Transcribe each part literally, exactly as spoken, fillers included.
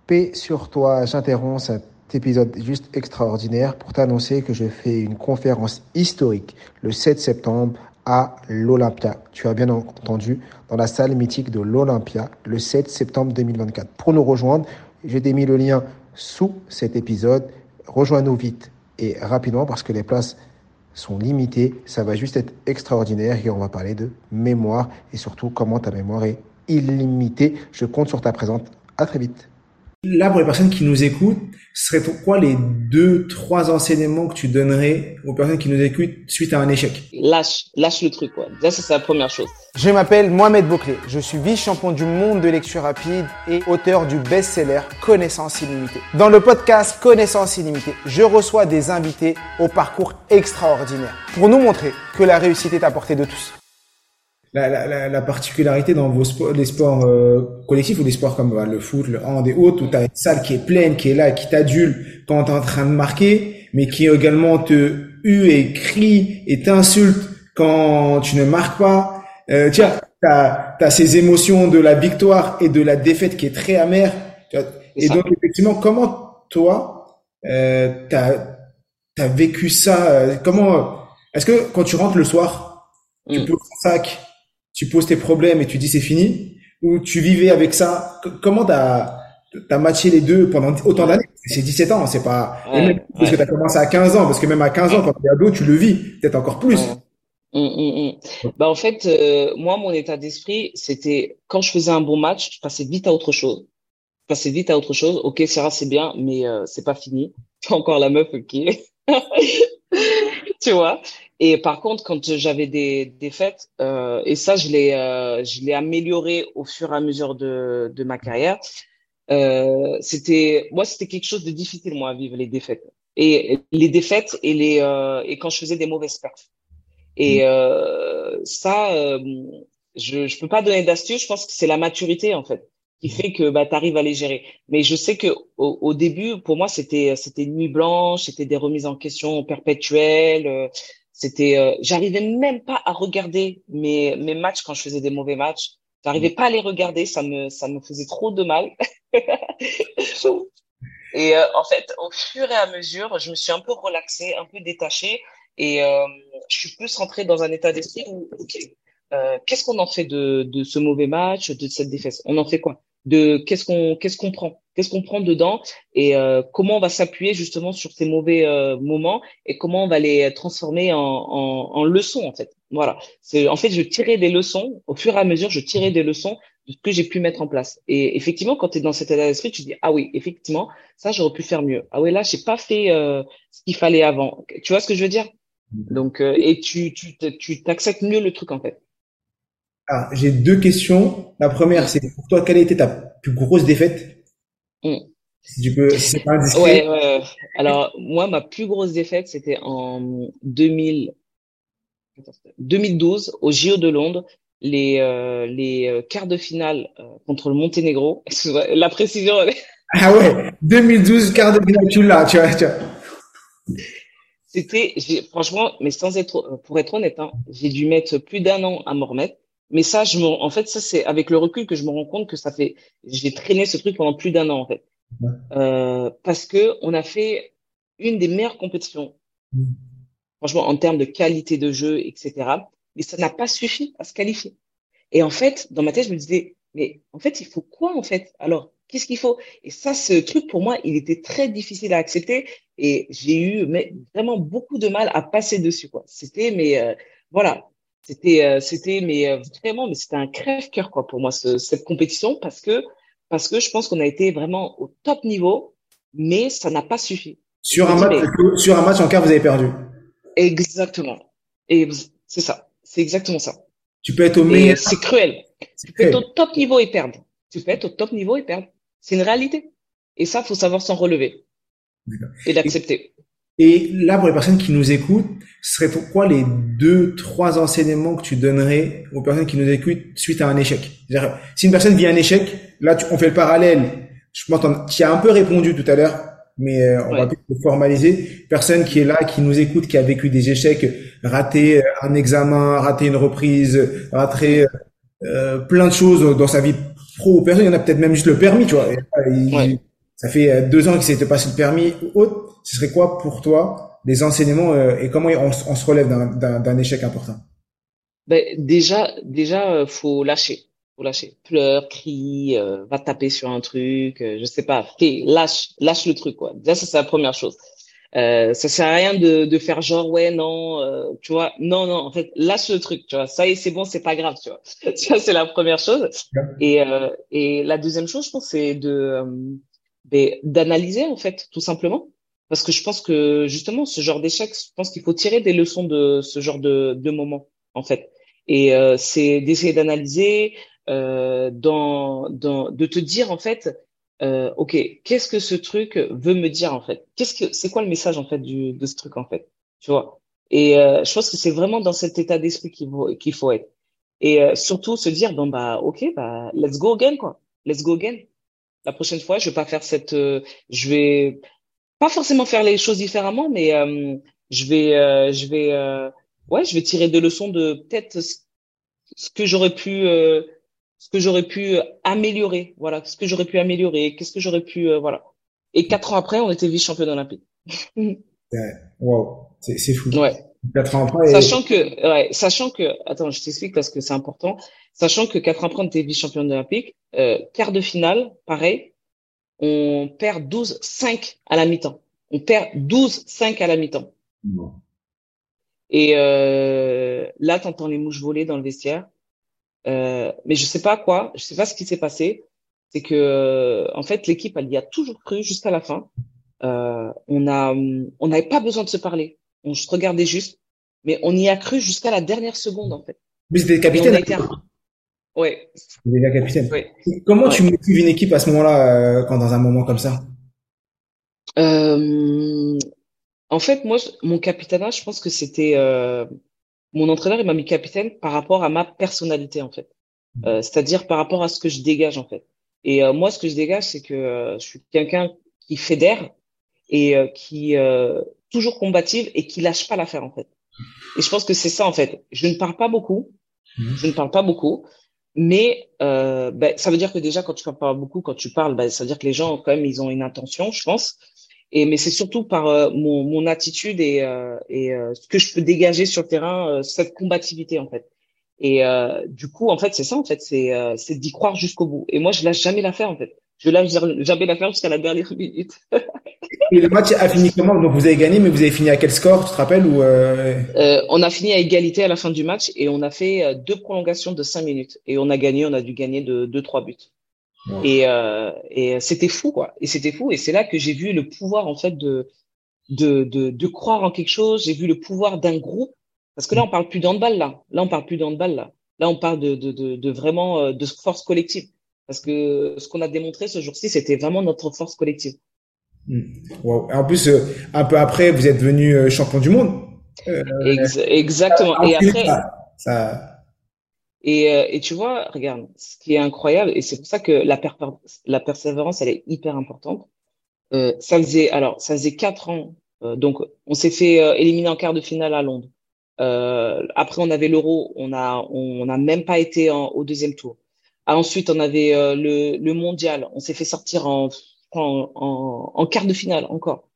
Paix sur toi, j'interromps cet épisode juste extraordinaire pour t'annoncer que je fais une conférence historique le sept septembre à l'Olympia. Tu as bien entendu, dans la salle mythique de l'Olympia, le sept septembre deux mille vingt-quatre. Pour nous rejoindre, j'ai mis le lien sous cet épisode. Rejoins-nous vite et rapidement parce que les places sont limitées. Ça va juste être extraordinaire et on va parler de mémoire et surtout comment ta mémoire est illimitée. Je compte sur ta présence. À très vite. Là, pour les personnes qui nous écoutent, ce serait quoi les deux, trois enseignements que tu donnerais aux personnes qui nous écoutent suite à un échec? Lâche, lâche le truc, quoi. Déjà, ça, c'est la première chose. Je m'appelle Mohamed Bouclé. Je suis vice-champion du monde de lecture rapide et auteur du best-seller Connaissance illimitée. Dans le podcast Connaissance illimitée, je reçois des invités au parcours extraordinaire pour nous montrer que la réussite est à portée de tous. La, la, la, la particularité dans vos sports, les sports euh, collectifs ou des sports comme bah, le foot, le hand et autres, où tu as une salle qui est pleine, qui est là, qui t'adule quand tu es en train de marquer, mais qui également te hue et crie et t'insulte quand tu ne marques pas. Euh, tu vois, t'as, t'as ces émotions de la victoire et de la défaite qui est très amère. Tu vois. Et donc, effectivement, comment toi, euh, t'as, t'as vécu ça? euh, Comment, est-ce que quand tu rentres le soir, tu Mm. poses ton sac, tu poses tes problèmes et tu dis c'est fini, ou tu vivais avec ça? C- Comment t'as, t'as matché les deux pendant autant Ouais, d'années? C'est dix-sept ans, c'est pas, et même ouais, parce que ouais, t'as commencé à quinze ans, parce que même à quinze ans, quand t'es ado, tu le vis, peut-être encore plus. ouais. Mm, mm, mm. Bah, en fait, euh, moi, mon état d'esprit, c'était quand je faisais un bon match, je passais vite à autre chose. Je passais vite à autre chose. Ok, Sarah, c'est bien, mais euh, c'est pas fini. T'as encore la meuf qui est, tu vois. Et par contre, quand j'avais des défaites, euh, et ça, je l'ai, euh, je l'ai amélioré au fur et à mesure de de ma carrière. Euh, c'était, moi, c'était quelque chose de difficile, moi, à vivre les défaites. Et les défaites et les euh, et quand je faisais des mauvaises perfs. Et euh, ça, euh, je je peux pas donner d'astuce. Je pense que c'est la maturité en fait qui fait que bah t'arrives à les gérer. Mais je sais que au, au début, pour moi, c'était c'était une nuit blanche, c'était des remises en question perpétuelles. euh, C'était, euh, j'arrivais même pas à regarder mes mes matchs quand je faisais des mauvais matchs. J'arrivais pas à les regarder. Ça me ça me faisait trop de mal. Et euh, en fait, au fur et à mesure, je me suis un peu relaxée, un peu détachée, et euh, je suis plus rentrée dans un état d'esprit où, ok, euh, qu'est-ce qu'on en fait de, de ce mauvais match, de cette défaite? On en fait quoi? De qu'est-ce qu'on qu'est-ce qu'on prend? Qu'est-ce qu'on prend dedans? Et euh, comment on va s'appuyer justement sur ces mauvais euh, moments et comment on va les transformer en, en, en leçons en fait. Voilà. C'est en fait, je tirais des leçons au fur et à mesure, je tirais des leçons de ce que j'ai pu mettre en place. Et effectivement, quand tu es dans cet état d'esprit, tu dis ah oui, effectivement ça, j'aurais pu faire mieux. Ah ouais, là, j'ai pas fait euh, ce qu'il fallait avant. Tu vois ce que je veux dire? Donc, euh, et tu, tu, tu t'acceptes mieux le truc en fait. Ah, j'ai deux questions. La première, Mm, c'est pour toi, quelle a été ta plus grosse défaite? mm. Si tu peux, si c'est pas indiscret. Ouais, ouais, ouais. Alors, moi, ma plus grosse défaite, c'était en deux mille, deux mille douze au J O de Londres, les, euh, les euh, quarts de finale euh, contre le Monténégro. Excuse-moi, la précision, Ah ouais, deux mille douze, quart de finale, tu l'as, tu vois, tu vois. c'était, j'ai, franchement, mais sans être, pour être honnête, hein, j'ai dû mettre plus d'un an à m'en remettre. Mais ça, je me, en fait, ça, c'est avec le recul que je me rends compte que ça fait, j'ai traîné ce truc pendant plus d'un an, en fait. Euh, parce que on a fait une des meilleures compétitions, franchement, en termes de qualité de jeu, et cetera. Mais ça n'a pas suffi à se qualifier. Et en fait, dans ma tête, je me disais, mais en fait, il faut quoi, en fait? Alors, qu'est-ce qu'il faut? Et ça, ce truc, pour moi, il était très difficile à accepter et j'ai eu mais, vraiment beaucoup de mal à passer dessus, quoi. C'était, mais euh, voilà, c'était, euh, c'était, mais euh, vraiment, mais c'était un crève-cœur, quoi, pour moi, ce- cette compétition parce que, parce que je pense qu'on a été vraiment au top niveau, mais ça n'a pas suffi. Et je Sur me un dis, match, mais sur un match en quart, vous avez perdu. exactement. Et c'est ça. C'est exactement ça. Tu peux être au Et meilleur, c'est cruel. c'est Tu peux être au fait. top niveau et perdre. Tu peux être au top niveau et perdre. C'est une réalité. Et ça, faut savoir s'en relever et Et, l'accepter. et là, pour les personnes qui nous écoutent, ce serait pour quoi les deux, trois enseignements que tu donnerais aux personnes qui nous écoutent suite à un échec? C'est-à-dire, si une personne vit un échec, là, tu- on fait le parallèle. Je pense que tu as un peu répondu tout à l'heure, mais euh, on va Ouais. peut-être le formaliser. Personne qui est là, qui nous écoute, qui a vécu des échecs, raté euh, un examen, raté une reprise, raté Mm. euh, plein de choses dans sa vie pro ou perso. Il y en a peut-être même juste le permis, tu vois. Et, euh, Ouais. il- Ça fait euh, deux ans qu'il s'était passé le permis ou autre. Ce serait quoi pour toi les enseignements euh, et comment on, on se relève d'un, d'un, d'un échec important? Ben, déjà, déjà, euh, faut lâcher. Faut lâcher. Pleure, crie, euh, va taper sur un truc, euh, je sais pas. Fais, lâche, lâche le truc, quoi. Déjà, ça, c'est la première chose. Euh, ça sert à rien de, de faire genre, ouais, non, euh, tu vois. Non, non, en fait, lâche le truc, tu vois. Ça y est, c'est bon, c'est pas grave, tu vois. Ça, c'est la première chose. Et, euh, et la deuxième chose, je pense, c'est de, euh, ben, d'analyser, en fait, tout simplement. Parce que je pense que, justement, ce genre d'échec, je pense qu'il faut tirer des leçons de ce genre de, de moments, en fait. Et euh, c'est d'essayer d'analyser, euh, dans, dans, de te dire en fait, euh, ok, qu'est-ce que ce truc veut me dire en fait? Qu'est-ce que, c'est quoi le message en fait du, de ce truc en fait? Tu vois? Et euh, je pense que c'est vraiment dans cet état d'esprit qu'il faut, qu'il faut être. Et euh, surtout se dire bon bah ok bah let's go again quoi, let's go again. La prochaine fois, je vais pas faire cette, euh, je vais pas forcément faire les choses différemment, mais euh, je vais, euh, je vais, euh, ouais, je vais tirer des leçons de peut-être ce ce que j'aurais pu, euh, ce que j'aurais pu améliorer, voilà, ce que j'aurais pu améliorer, qu'est-ce que j'aurais pu, euh, voilà. Et quatre ans après, on était vice-championne olympique. Ouais. Wow, c'est, c'est fou. Ouais. Quatre ans après. Et... Sachant que, ouais, sachant que, attends, je t'explique parce que c'est important. Sachant que quatre ans après, on était vice-championne olympique, euh, quart de finale, pareil, on perd douze cinq à la mi-temps. On perd douze cinq à la mi-temps. Bon. Et euh, là, t'entends les mouches voler dans le vestiaire. Euh, mais je sais pas quoi, je sais pas ce qui s'est passé. C'est que, euh, en fait, l'équipe, elle y a toujours cru jusqu'à la fin. Euh, on a, on n'avait pas besoin de se parler. On se regardait juste, mais on y a cru jusqu'à la dernière seconde, en fait. Mais c'était Et on capitaine. a été, ouais, C'était la capitaine. ouais, Comment tu ouais. motives une équipe à ce moment-là, euh, quand dans un moment comme ça? Euh, en fait, moi, je- mon capitanat, je pense que c'était, euh, mon entraîneur, il m'a mis capitaine par rapport à ma personnalité, en fait. Euh, c'est-à-dire par rapport à ce que je dégage en fait. Et euh, moi, ce que je dégage, c'est que euh, je suis quelqu'un qui fédère et euh, qui euh, toujours combative et qui lâche pas l'affaire en fait. Et je pense que c'est ça en fait. Je ne parle pas beaucoup, je ne parle pas beaucoup, mais euh, ben, ça veut dire que déjà quand tu parles pas beaucoup, quand tu parles, ben, ça veut dire que les gens quand même ils ont une intention, je pense. Et mais c'est surtout par euh, mon mon attitude et euh, et euh, ce que je peux dégager sur le terrain, euh, cette combativité en fait. Et euh, du coup, en fait, c'est ça, en fait, c'est euh, c'est d'y croire jusqu'au bout. Et moi, je lâche jamais l'affaire, en fait. Je lâche jamais l'affaire jusqu'à la dernière minute. Et le match a fini comment? Donc vous avez gagné, mais vous avez fini à quel score, tu te rappelles ou euh... Euh, on a fini à égalité à la fin du match et on a fait euh, deux prolongations de cinq minutes. Et on a gagné, on a dû gagner de deux, trois buts. Wow. Et, euh, et c'était fou, quoi. Et c'était fou. Et c'est là que j'ai vu le pouvoir, en fait, de, de, de, de croire en quelque chose. J'ai vu le pouvoir d'un groupe. Parce que là, on parle plus d'handball, là. Là, on parle plus d'handball, là. Là, on parle de, de, de, de vraiment euh, de force collective. Parce que ce qu'on a démontré ce jour-ci, c'était vraiment notre force collective. Hmm. Wow. Et en plus, euh, un peu après, vous êtes devenu euh, champion du monde. Euh, Ex- exactement. Et ensuite, après, ça, ça... et, euh, et tu vois, regarde, ce qui est incroyable, et c'est pour ça que la, per- la persévérance, elle est hyper importante. Euh, ça faisait, alors, ça faisait quatre ans. Euh, donc, on s'est fait euh, éliminer en quart de finale à Londres. Euh, après, on avait l'Euro. On a, on n'a même pas été en, au deuxième tour. Ah, ensuite, on avait euh, le, le Mondial. On s'est fait sortir en, en, en, en quart de finale encore.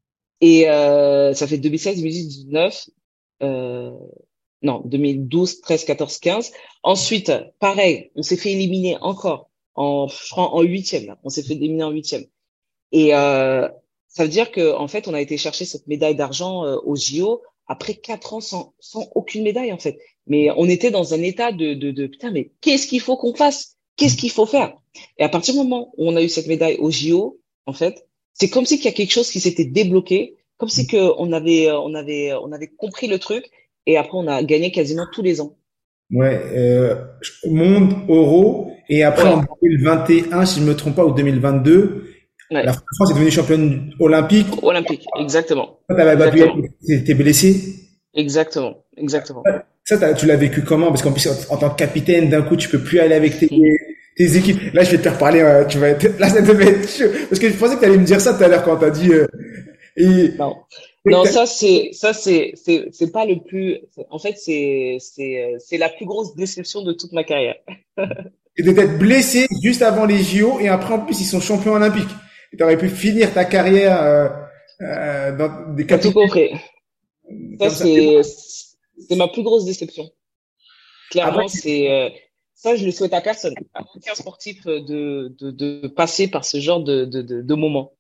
Et euh, ça fait deux mille seize, deux mille dix-neuf, euh, non, deux mille douze, treize, quatorze, quinze. Ensuite, pareil, on s'est fait éliminer encore en, je crois, en huitième. Là. On s'est fait éliminer en huitième. Et euh, ça veut dire que en fait, on a été chercher cette médaille d'argent euh, aux J O après quatre ans sans, sans aucune médaille en fait. Mais on était dans un état de, de, de putain, mais qu'est-ce qu'il faut qu'on fasse? Qu'est-ce qu'il faut faire? Et à partir du moment où on a eu cette médaille aux J O, en fait, c'est comme si qu'il y a quelque chose qui s'était débloqué, comme si que on avait, on avait, on avait compris le truc. Et après, on a gagné quasiment tous les ans. Ouais, euh, monde, euro, et après Ouais, en deux mille vingt et un, si je me trompe pas, ou deux mille vingt-deux, la ouais. France est devenue championne olympique. Olympique, exactement, Toi, t'avais battu, exactement, t'étais blessé. exactement, exactement. Ça, t'as- tu l'as vécu comment? Parce qu'en plus, en, en tant que capitaine, d'un coup, tu peux plus aller avec tes, tes équipes. Là, je vais te faire parler, euh, tu vas être, là, ça devait être chaud. Parce que je pensais que t'allais me dire ça tout à l'heure quand t'as dit, euh, et, Non, non, ça c'est ça c'est c'est c'est pas le plus. En fait, c'est c'est euh, c'est la plus grosse déception de toute ma carrière. et d'être blessé juste avant les J O, et après, en plus, ils sont champions olympiques. t'aurais pu finir ta carrière euh, euh, dans des T'as tout capitaines compris. Ça, comme ça. c'est, c'est ma plus grosse déception. Après, Clairement, c'est, euh, ça, je le souhaite à personne, à aucun sportif euh, de, de, de passer par ce genre de, de, de, de moment.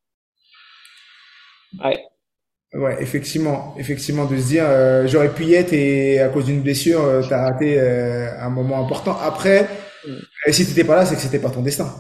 Ouais. ouais, effectivement, effectivement, de se dire, euh, j'aurais pu y être et à cause d'une blessure, euh, t'as raté euh, un moment important. Après, Mm. euh, si t'étais pas là, c'est que c'était pas ton destin.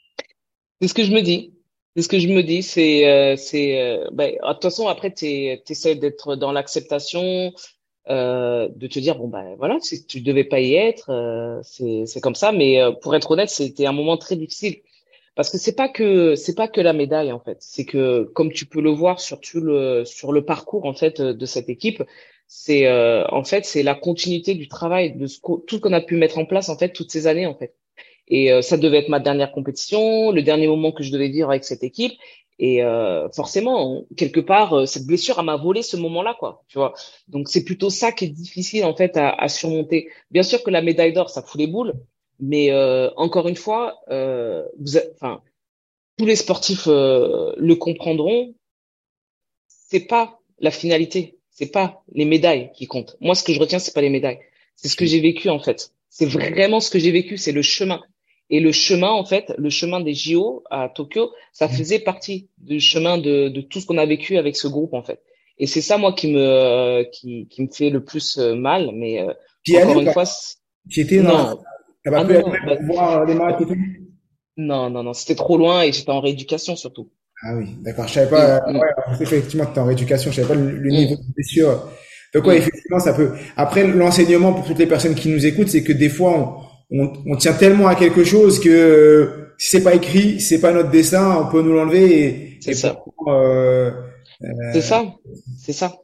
C'est ce que je me dis. C'est ce que je me dis. C'est, euh, c'est, euh, ben, de toute façon, après, t'es, t'essaies d'être dans l'acceptation, euh, de te dire, bon, ben, voilà, si tu devais pas y être, euh, c'est, c'est comme ça. Mais euh, pour être honnête, c'était un moment très difficile. Parce que c'est pas que c'est pas que la médaille en fait, c'est que comme tu peux le voir sur tout le sur le parcours en fait de cette équipe, c'est euh, en fait c'est la continuité du travail de ce qu'o- tout ce qu'on a pu mettre en place en fait toutes ces années en fait. Et euh, ça devait être ma dernière compétition, le dernier moment que je devais vivre avec cette équipe. Et euh, forcément, on- quelque part, euh, cette blessure elle m'a volé ce moment-là, quoi. Tu vois. Donc c'est plutôt ça qui est difficile en fait à, à surmonter. Bien sûr que la médaille d'or, ça fout les boules, mais euh, encore une fois, euh, vous, a- enfin, tous les sportifs euh, le comprendront. C'est pas la finalité, c'est pas les médailles qui comptent. Moi, ce que je retiens, c'est pas les médailles, c'est ce que j'ai vécu en fait. C'est vraiment ce que j'ai vécu, c'est le chemin. Et le chemin, en fait, le chemin des J O à Tokyo, ça faisait partie du chemin de, de tout ce qu'on a vécu avec ce groupe, en fait. Et c'est ça, moi, qui me, euh, qui, qui me fait le plus euh, mal. Mais euh, T'y es allé encore ou une pas? fois, c'est- T'y étais dans, non. t'as pas Ah pu non, aller non. Bah, même voir les matchs et tout? non, non, non. C'était trop loin et j'étais en rééducation surtout. Ah oui, d'accord. Je savais Mm, pas, euh, mm, ouais, je sais effectivement que t'es en rééducation, je savais pas le, le niveau mm, de blessure. Donc ouais, mm. effectivement, ça peut. Après, l'enseignement pour toutes les personnes qui nous écoutent, c'est que des fois, on, on, on tient tellement à quelque chose que euh, si c'est pas écrit, si c'est pas notre destin, on peut nous l'enlever et, C'est et ça. pourtant euh, C'est euh, ça. C'est ça.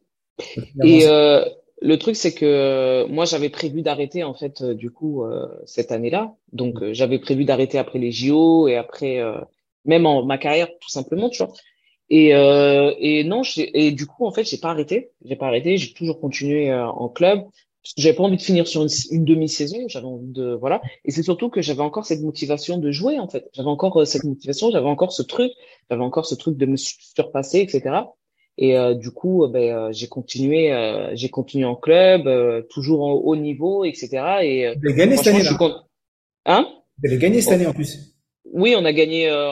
Et avancer. euh, le truc, c'est que euh, moi, j'avais prévu d'arrêter en fait, euh, du coup, euh, cette année-là. Donc, euh, j'avais prévu d'arrêter après les J O et après euh, même en ma carrière, tout simplement, tu vois. Et euh, et non, j'ai, et du coup, en fait, j'ai pas arrêté. J'ai pas arrêté. J'ai toujours continué euh, en club parce que j'avais pas envie de finir sur une, une demi-saison. J'avais envie de voilà. Et c'est surtout que j'avais encore cette motivation de jouer en fait. J'avais encore euh, cette motivation. J'avais encore ce truc. J'avais encore ce truc de me su- surpasser, et cetera. Et euh, du coup, euh, ben, euh, j'ai continué, euh, j'ai continué en club, euh, toujours en haut niveau, et cetera. Et euh, Vous avez gagné cette franchement, je suis année-là. content. Hein? Vous avez gagné cette Oh, année en plus. oui, on a gagné euh,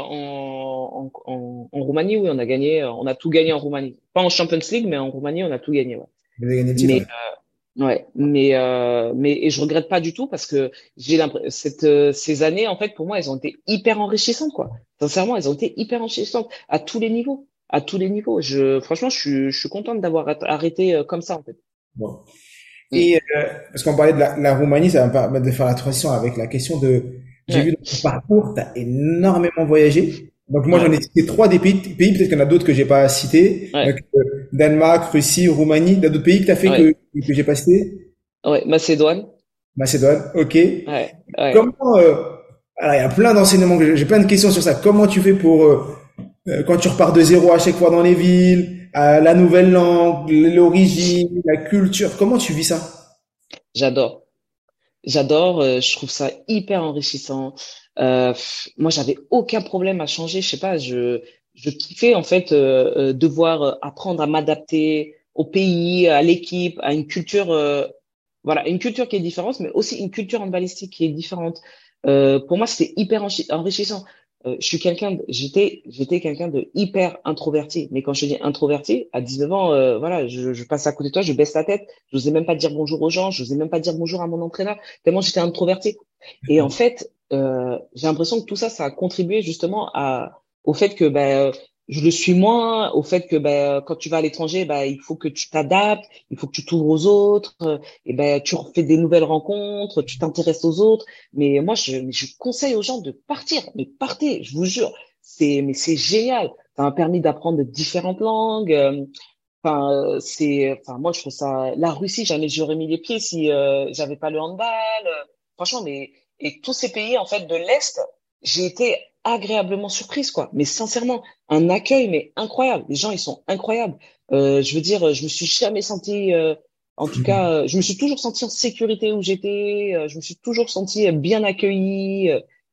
en, en, en, en Roumanie. Oui, on a gagné. euh, On a tout gagné en Roumanie. Pas en Champions League, mais en Roumanie, on a tout gagné. Ouais. Vous avez gagné le titre. Mais Ouais. ouais, mais euh, mais et je regrette pas du tout parce que j'ai l'impression cette euh, ces années en fait pour moi elles ont été hyper enrichissantes quoi. Sincèrement, elles ont été hyper enrichissantes à tous les niveaux, à tous les niveaux. Je franchement, je suis je suis contente d'avoir arrêté euh, comme ça en fait. Bon. Mm. Et euh, parce qu'on parlait de la, la Roumanie, ça va me permettre de faire la transition avec la question de. J'ai vu Ouais, dans ton parcours, tu as énormément voyagé. Donc moi j'en ouais, ai cité trois des pays, pays peut-être qu'il y en a d'autres que j'ai pas cités. ouais, Donc euh, Danemark, Russie, Roumanie. T'as d'autres pays que t'as fait que ouais, que j'ai pas cités? ouais. Macédoine. Macédoine, ok. Ouais, ouais. Comment euh, alors il y a plein d'enseignements que j'ai j'ai plein de questions sur ça. Comment tu fais pour euh, euh, quand tu repars de zéro à chaque fois dans les villes, à la nouvelle langue, l'origine, la culture, comment tu vis ça? J'adore. J'adore, euh, je trouve ça hyper enrichissant. Euh, pff, moi, j'avais aucun problème à changer. Je sais pas, je je kiffais en fait euh, euh, devoir euh, apprendre à m'adapter au pays, à l'équipe, à une culture, euh, voilà, une culture qui est différente, mais aussi une culture en balistique qui est différente. Euh, pour moi, c'était hyper enchi- enrichissant. Euh, je suis quelqu'un, de- j'étais j'étais quelqu'un de hyper introverti. Mais quand je dis introverti, à dix-neuf ans, euh, voilà, je, je passe à côté de toi, je baisse la tête. Je n'osais même pas dire bonjour aux gens, je n'osais même pas dire bonjour à mon entraîneur tellement j'étais introverti. Et en fait, euh, j'ai l'impression que tout ça, ça a contribué justement à, au fait que ben, je le suis moins, au fait que ben, quand tu vas à l'étranger, ben, il faut que tu t'adaptes, il faut que tu t'ouvres aux autres, euh, et ben, tu refais des nouvelles rencontres, tu t'intéresses aux autres. Mais moi, je, je conseille aux gens de partir, mais partez, je vous jure, c'est, mais c'est génial. Ça m'a permis d'apprendre de différentes langues. euh, Enfin, euh, c'est, enfin, moi, je trouve ça. La Russie, jamais j'aurais mis les pieds si euh, j'avais pas le handball. euh, Franchement, mais et tous ces pays en fait de l'Est, j'ai été agréablement surprise, quoi. Mais sincèrement, un accueil mais incroyable. Les gens, ils sont incroyables. Euh, je veux dire, je me suis jamais sentie, euh, en tout cas, euh, je me suis toujours sentie en sécurité où j'étais. euh, je me suis toujours sentie euh, bien accueillie. euh,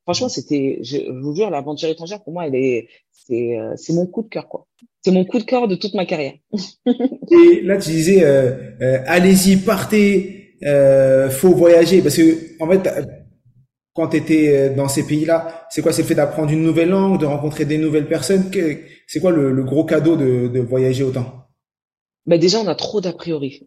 Franchement, c'était, je, je vous jure, l'aventure étrangère, pour moi, elle est, c'est, euh, c'est mon coup de cœur, quoi. C'est mon coup de cœur de toute ma carrière. Et là, tu disais, euh, euh, allez-y, partez, euh, faut voyager, parce que en fait, quand tu étais dans ces pays-là, c'est quoi? C'est le fait d'apprendre une nouvelle langue, de rencontrer des nouvelles personnes. Que- C'est quoi le, le gros cadeau de, de voyager autant? Ben déjà, on a trop d'a priori.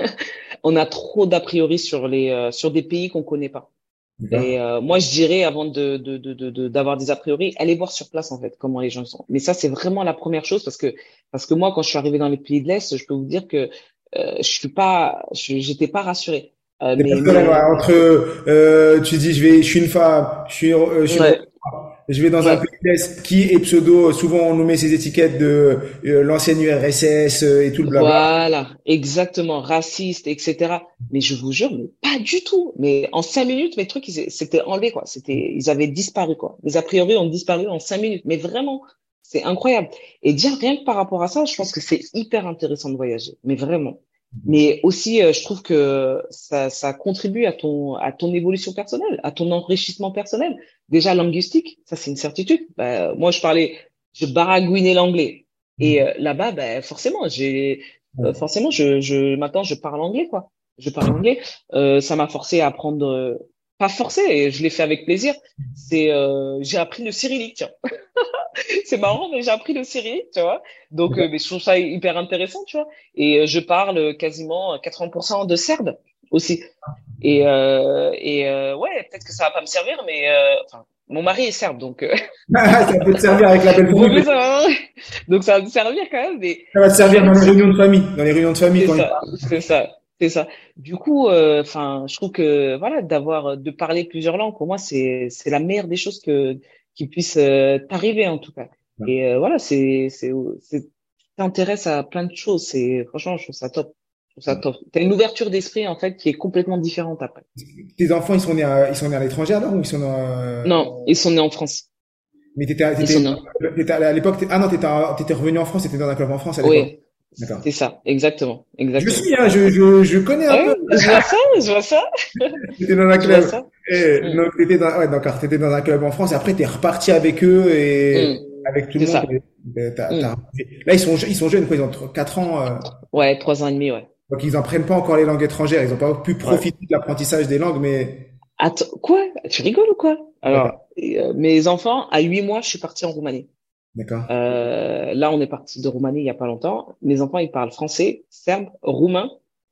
On a trop d'a priori sur les, euh, sur des pays qu'on connaît pas. D'accord. Et euh, moi, je dirais, avant de, de, de, de, de- d'avoir des a priori, allez voir sur place en fait comment les gens sont. Mais ça, c'est vraiment la première chose parce que parce que moi, quand je suis arrivé dans les pays de l'Est, je peux vous dire que euh, je suis pas, je- j'étais pas rassurée. Euh, Des mais personnes, mais ouais, entre, euh, tu dis, je vais, je suis une femme, je suis, euh, je suis ouais Je vais dans un ouais pays de l'Est qui est pseudo, souvent on nous met ces étiquettes de euh, l'ancienne U R S S euh, et tout le blabla. voilà exactement raciste et cetera. Mais je vous jure, mais pas du tout. Mais en cinq minutes, mes trucs ils s'étaient enlevés quoi. C'était ils avaient disparu quoi. Les a priori ont disparu en cinq minutes. Mais vraiment, c'est incroyable. Et dire rien que par rapport à ça, je pense que c'est hyper intéressant de voyager. Mais vraiment. Mais aussi, euh, je trouve que ça, ça contribue à ton, à ton évolution personnelle, à ton enrichissement personnel. Déjà, linguistique, ça c'est une certitude. Bah, moi, je parlais, je baragouinais l'anglais. Et euh, là-bas, bah, forcément, j'ai, euh, forcément, je, je, maintenant, je parle anglais, quoi. Je parle anglais. Euh, ça m'a forcé à apprendre, euh, pas forcé, et je l'ai fait avec plaisir. C'est, euh, j'ai appris le cyrillique. Tiens. C'est marrant, mais j'ai appris le cyrillique, tu vois. Donc, euh, mais je trouve ça hyper intéressant, tu vois. Et euh, je parle quasiment quatre-vingts pour cent de serbe aussi. Et, euh, et euh, ouais, peut-être que ça va pas me servir, mais euh, enfin, mon mari est serbe, donc euh, Ça peut te servir avec la belle donc, famille, ça va, donc ça va me servir quand même. Mais ça va te en servir dans fait, les réunions de famille, dans les réunions de famille c'est quand il ça, c'est ça, c'est ça. Du coup, euh, enfin, je trouve que voilà, d'avoir, de parler plusieurs langues, pour moi, c'est c'est la meilleure des choses que qui puisse euh, t'arriver en tout cas. parle. Et euh, voilà, c'est c'est c'est tu t'intéresses à plein de choses. C'est franchement, je trouve ça top. Je trouve ça top. T'as une ouverture d'esprit en fait qui est complètement différente après. Tes enfants, ils sont nés à, ils sont nés à l'étranger alors ou ils sont dans, euh, Non, ils sont nés en France. mais t'étais, Ils sont t'étais, nés. t'étais à l'époque, t'es- ah non, t'étais, en- t'étais revenu en France, t'étais dans un club en France à l'époque. Oui, D'accord. c'est ça, exactement, Je exactement. suis, hein, je, je, je connais un Ouais, peu. je vois ça, je vois ça, T'étais dans un je vois club. ça. Et, Mm, donc, t'étais dans, ouais, d'accord, t'étais dans un club en France et après t'es reparti avec eux et mm, avec tout le c'est monde. ça. et- et t'as- Mm. t'as- Là, ils sont, ils sont jeunes, quoi. Ils ont quatre ans, euh, Ouais, trois ans et demi, ouais. donc ils n'apprennent pas encore les langues étrangères. Ils n'ont pas pu Ouais. profiter de l'apprentissage des langues, mais Attends, quoi? Tu rigoles ou quoi? d'accord, Alors, euh, mes enfants, à huit mois, je suis partie en Roumanie. d'accord. Euh, là, on est parti de Roumanie il y a pas longtemps. Mes enfants, ils parlent français, serbe, roumain,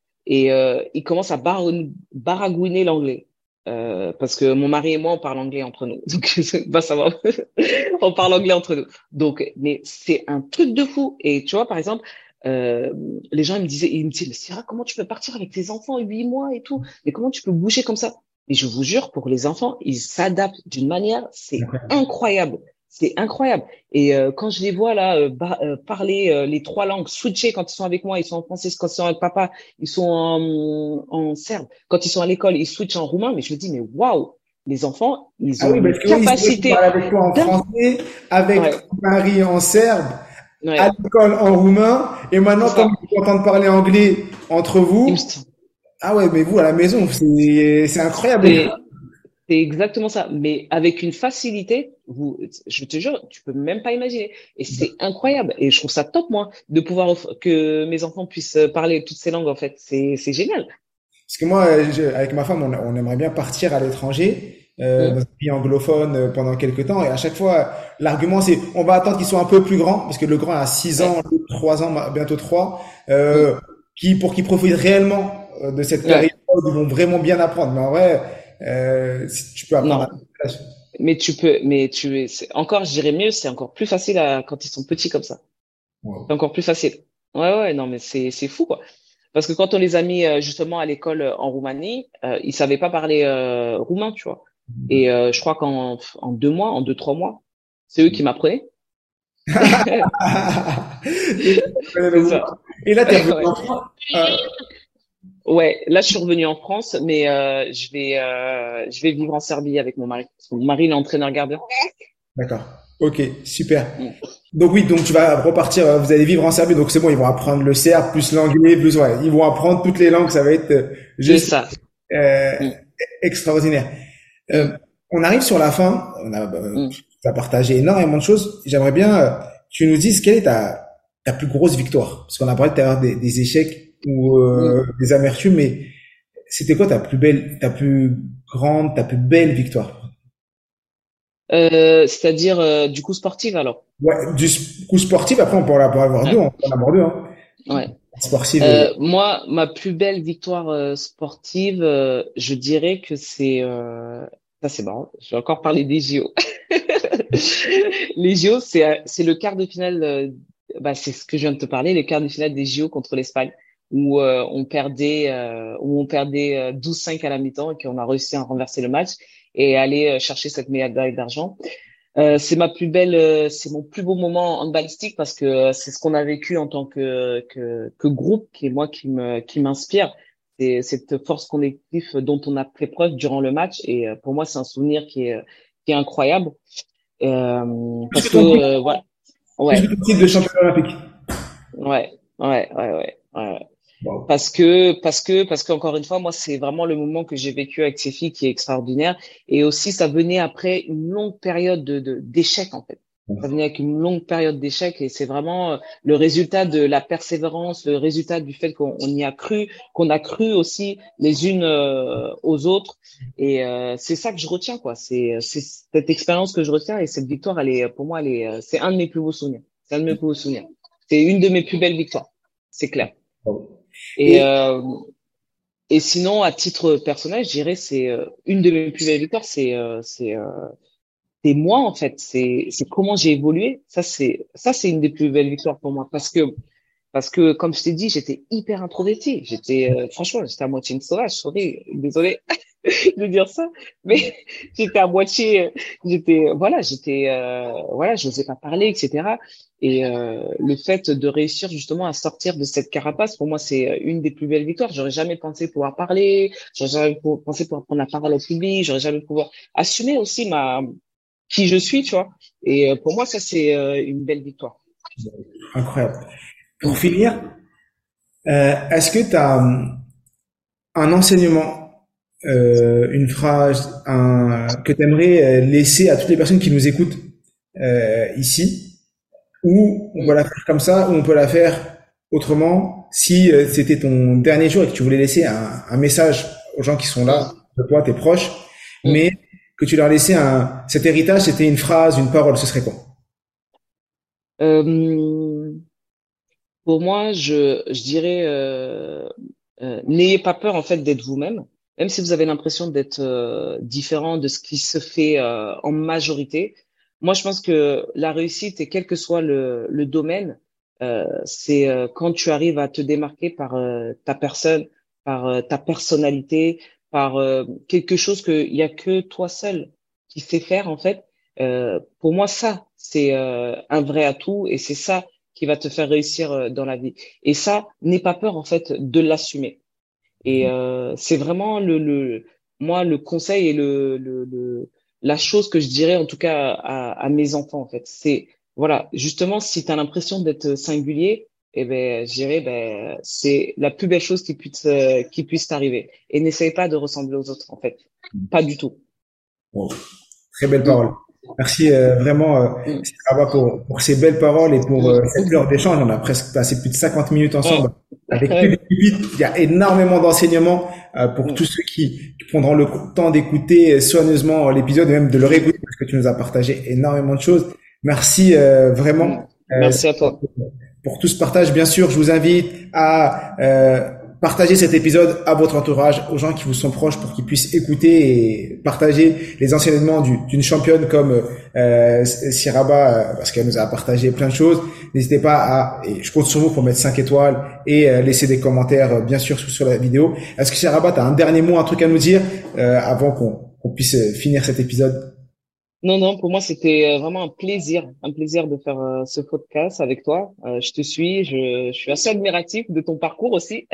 et euh, ils commencent à bar baragouiner l'anglais. Euh, parce que mon mari et moi, on parle anglais entre nous. Donc, va savoir. On parle anglais entre nous. Donc, mais c'est un truc de fou. Et tu vois, par exemple, euh, les gens ils me disaient, ils me disaient, mais Syrah, comment tu peux partir avec tes enfants huit mois et tout? Mais comment tu peux bouger comme ça? Et je vous jure, pour les enfants, ils s'adaptent d'une manière, c'est incroyable. C'est incroyable. Et euh, quand je les vois là euh, ba- euh, parler euh, les trois langues, switcher quand ils sont avec moi, ils sont en français, quand ils sont avec papa, ils sont en, en serbe. Quand ils sont à l'école, ils switchent en roumain. Mais je me dis, mais waouh, les enfants, ils Ah ont oui, une parce que oui, c'est vrai qu'ils capacité parlent avec toi en d'un... français, avec Ouais, ton mari en serbe, à ouais, l'école en roumain, et c'est maintenant, comme ça. ils entendent parler anglais entre Ils me- vous, ah ouais, mais vous, à la maison, c'est, c'est incroyable. C'est c'est exactement ça. Mais avec une facilité, vous, je te jure, tu peux même pas imaginer. Et c'est incroyable. Et je trouve ça top, moi, de pouvoir off- que mes enfants puissent parler toutes ces langues, en fait. C'est c'est génial. Parce que moi, je- avec ma femme, on, on aimerait bien partir à l'étranger, euh, dans Mm. un pays anglophone euh, pendant quelques temps. Et à chaque fois, l'argument, c'est on va attendre qu'ils soient un peu plus grands, parce que le grand a six Ouais. ans, trois ans, ma- bientôt trois, Mm. euh, qui, pour qu'ils profitent réellement euh, de cette Ouais. période où ils vont vraiment bien apprendre. Mais en vrai, euh, si tu peux apprendre Non. à... Mais tu peux, mais tu es, c'est encore, je dirais mieux, c'est encore plus facile à, quand ils sont petits comme ça. Wow. C'est encore plus facile. Ouais, ouais, non, mais c'est, c'est fou, quoi. Parce que quand on les a mis, euh, justement, à l'école euh, en Roumanie, euh, ils savaient pas parler, euh, roumain, tu vois. Et, euh, je crois qu'en, en deux mois, en deux, trois mois, c'est eux qui m'apprenaient. C'est ça. Et là, t'es revenu Ouais. en France. Euh, Ouais, là, je suis revenue en France, mais, euh, je vais, euh, je vais vivre en Serbie avec mon mari. Parce que mon mari, il est entraîneur gardien. D'accord. Ok, super. Mm. Donc oui, donc tu vas repartir, euh, vous allez vivre en Serbie, donc c'est bon, ils vont apprendre le serbe, plus l'anglais, plus ouais, ils vont apprendre toutes les langues, ça va être euh, C'est juste ça. euh, Mm. extraordinaire. Euh, on arrive sur la fin. On a, euh, Mm. tu as partagé énormément de choses. J'aimerais bien euh, que tu nous dises quelle est ta, ta plus grosse victoire. Parce qu'on a parlé tout à l'heure des, des échecs ou euh, Mm. des amertumes, mais c'était quoi ta plus belle, ta plus grande, ta plus belle victoire? Euh, c'est-à-dire euh, du coup sportif alors. Ouais, du s- coup sportif. Après, on peut en avoir deux. Ouais. On peut en avoir deux. Hein. Ouais. Sportive. Et... Euh, moi, ma plus belle victoire euh, sportive, euh, je dirais que c'est euh, ça c'est marrant. Je vais encore parler des J O. Les J O, c'est euh, c'est le quart de finale. Euh, bah, c'est ce que je viens de te parler, le quart de finale des J O contre l'Espagne, où euh, on perdait euh, où on perdait euh, douze cinq à la mi-temps et qu'on a réussi à renverser le match et aller euh, chercher cette médaille d'argent. Euh, c'est ma plus belle, euh, c'est mon plus beau moment handballistique parce que euh, c'est ce qu'on a vécu en tant que, que que groupe, qui est moi qui me qui m'inspire. C'est cette force collective dont on a fait preuve durant le match et euh, pour moi c'est un souvenir qui est qui est incroyable. Euh, Plus parce que que ton titre, euh, voilà, plus ouais, que ton titre de champion olympique. ouais, ouais, ouais, ouais, ouais. Wow. Parce que, parce que, parce qu'encore une fois, moi, c'est vraiment le moment que j'ai vécu avec ces filles qui est extraordinaire. Et aussi, ça venait après une longue période de, de, d'échec, en fait. Ça venait avec une longue période d'échec et c'est vraiment euh, le résultat de la persévérance, le résultat du fait qu'on on y a cru, qu'on a cru aussi les unes euh, aux autres. Et euh, c'est ça que je retiens, quoi. C'est, c'est cette expérience que je retiens et cette victoire, elle est, pour moi, elle est, euh, c'est un de mes plus beaux souvenirs. C'est un de mes plus beaux souvenirs. C'est une de mes plus belles victoires. C'est clair. Wow. Et, Et euh, et sinon, à titre personnel, je dirais c'est euh, une de mes plus belles victoires, c'est euh, c'est euh, c'est moi en fait, c'est c'est comment j'ai évolué. Ça c'est ça c'est une des plus belles victoires pour moi parce que parce que comme je t'ai dit, j'étais hyper introvertie. J'étais euh, franchement, j'étais à moitié une sauvage. Sorry, désolé de dire ça, mais j'étais à moitié, j'étais voilà, j'étais euh, voilà, je n'osais pas parler, et cetera. Et euh, le fait de réussir justement à sortir de cette carapace, pour moi, c'est une des plus belles victoires. J'aurais jamais pensé pouvoir parler, j'aurais jamais pou- pensé pouvoir prendre la parole au public, j'aurais jamais pouvoir assumer aussi ma qui je suis, tu vois. Et euh, pour moi, ça c'est euh, une belle victoire. incroyable. Pour Mm. finir, euh, est-ce que tu as un enseignement, euh, une phrase, un, que tu aimerais laisser à toutes les personnes qui nous écoutent euh, ici, ou on peut Mm. la faire comme ça, ou on peut la faire autrement, si euh, c'était ton dernier jour et que tu voulais laisser un, un message aux gens qui sont là, Mm. de toi, tes proches, Mm. mais que tu leur laissais un, cet héritage, c'était une phrase, une parole, ce serait quoi? Euh, pour moi, je je dirais euh, Euh, n'ayez pas peur en fait d'être vous-même, même si vous avez l'impression d'être euh, différent de ce qui se fait euh, en majorité. Moi, je pense que la réussite, et quel que soit le, le domaine, euh, c'est euh, quand tu arrives à te démarquer par euh, ta personne, par euh, ta personnalité, par euh, quelque chose que il y a que toi seul qui sais faire en fait. Euh, pour moi, ça, c'est euh, un vrai atout et c'est ça qui va te faire réussir euh, dans la vie. Et ça, n'aie pas peur en fait de l'assumer. Et euh, c'est vraiment le, le, moi le conseil et le, le, le, la chose que je dirais en tout cas à, à mes enfants en fait. C'est voilà, justement si tu as l'impression d'être singulier, eh ben je dirais ben c'est la plus belle chose qui puisse euh, qui puisse t'arriver. Et n'essaye pas de ressembler aux autres en fait, pas du tout. Wow. Très belle Mm, parole. Merci euh, vraiment, euh, mm, Siraba, pour, pour ces belles paroles et pour euh, mm. cette heure d'échange. On a presque passé plus de cinquante minutes Ouais, ensemble avec que des ouais, pépites. Il y a énormément d'enseignements euh, pour tous mm, ceux qui, qui prendront le temps d'écouter soigneusement l'épisode et même de le réécouter parce que tu nous as partagé énormément de choses. Merci euh, mm. vraiment euh, Merci à toi. pour tout ce partage. Bien sûr, je vous invite à euh, partager cet épisode à votre entourage, aux gens qui vous sont proches pour qu'ils puissent écouter et partager les enseignements du- d'une championne comme euh, Siraba, euh, parce qu'elle nous a partagé plein de choses. N'hésitez pas à, et je compte sur vous pour mettre cinq étoiles et euh, laisser des commentaires, euh, bien sûr, sous, sur la vidéo. Est-ce que Siraba, tu as un dernier mot, un truc à nous dire euh, avant qu'on qu'on puisse euh, finir cet épisode? Non, non, pour moi, c'était euh, vraiment un plaisir, un plaisir de faire euh, ce podcast avec toi. Euh, je te suis, je, je suis assez admiratif de ton parcours aussi.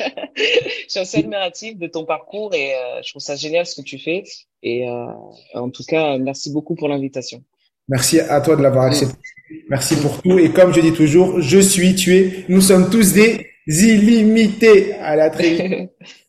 Je suis assez admiratif de ton parcours et euh, je trouve ça génial ce que tu fais. Et euh, en tout cas, merci beaucoup pour l'invitation. Merci à toi de l'avoir Mm, accepté. Merci pour tout. Et comme je dis toujours, je suis, tu es, nous sommes tous des illimités. À la très vite. mm.